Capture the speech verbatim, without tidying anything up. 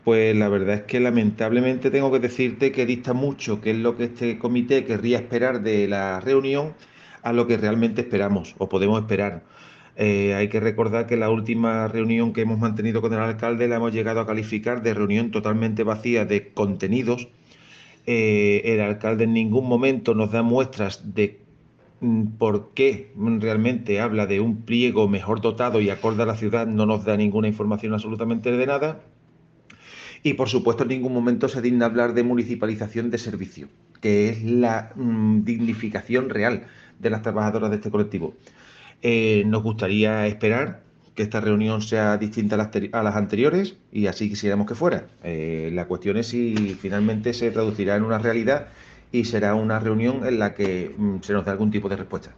Pues la verdad es que lamentablemente tengo que decirte que dista mucho qué es lo que este comité querría esperar de la reunión a lo que realmente esperamos o podemos esperar. Eh, hay que recordar que la última reunión que hemos mantenido con el alcalde la hemos llegado a calificar de reunión totalmente vacía de contenidos. Eh, el alcalde en ningún momento nos da muestras de mm, por qué realmente habla de un pliego mejor dotado y acorde a la ciudad, no nos da ninguna información absolutamente de nada. Y por supuesto en ningún momento se digna hablar de municipalización de servicio, que es la mm, dignificación real de las trabajadoras de este colectivo. Eh, nos gustaría esperar que esta reunión sea distinta a las, a las anteriores y así quisiéramos que fuera. Eh, la cuestión es si finalmente se traducirá en una realidad y será una reunión en la que mm, se nos dé algún tipo de respuesta.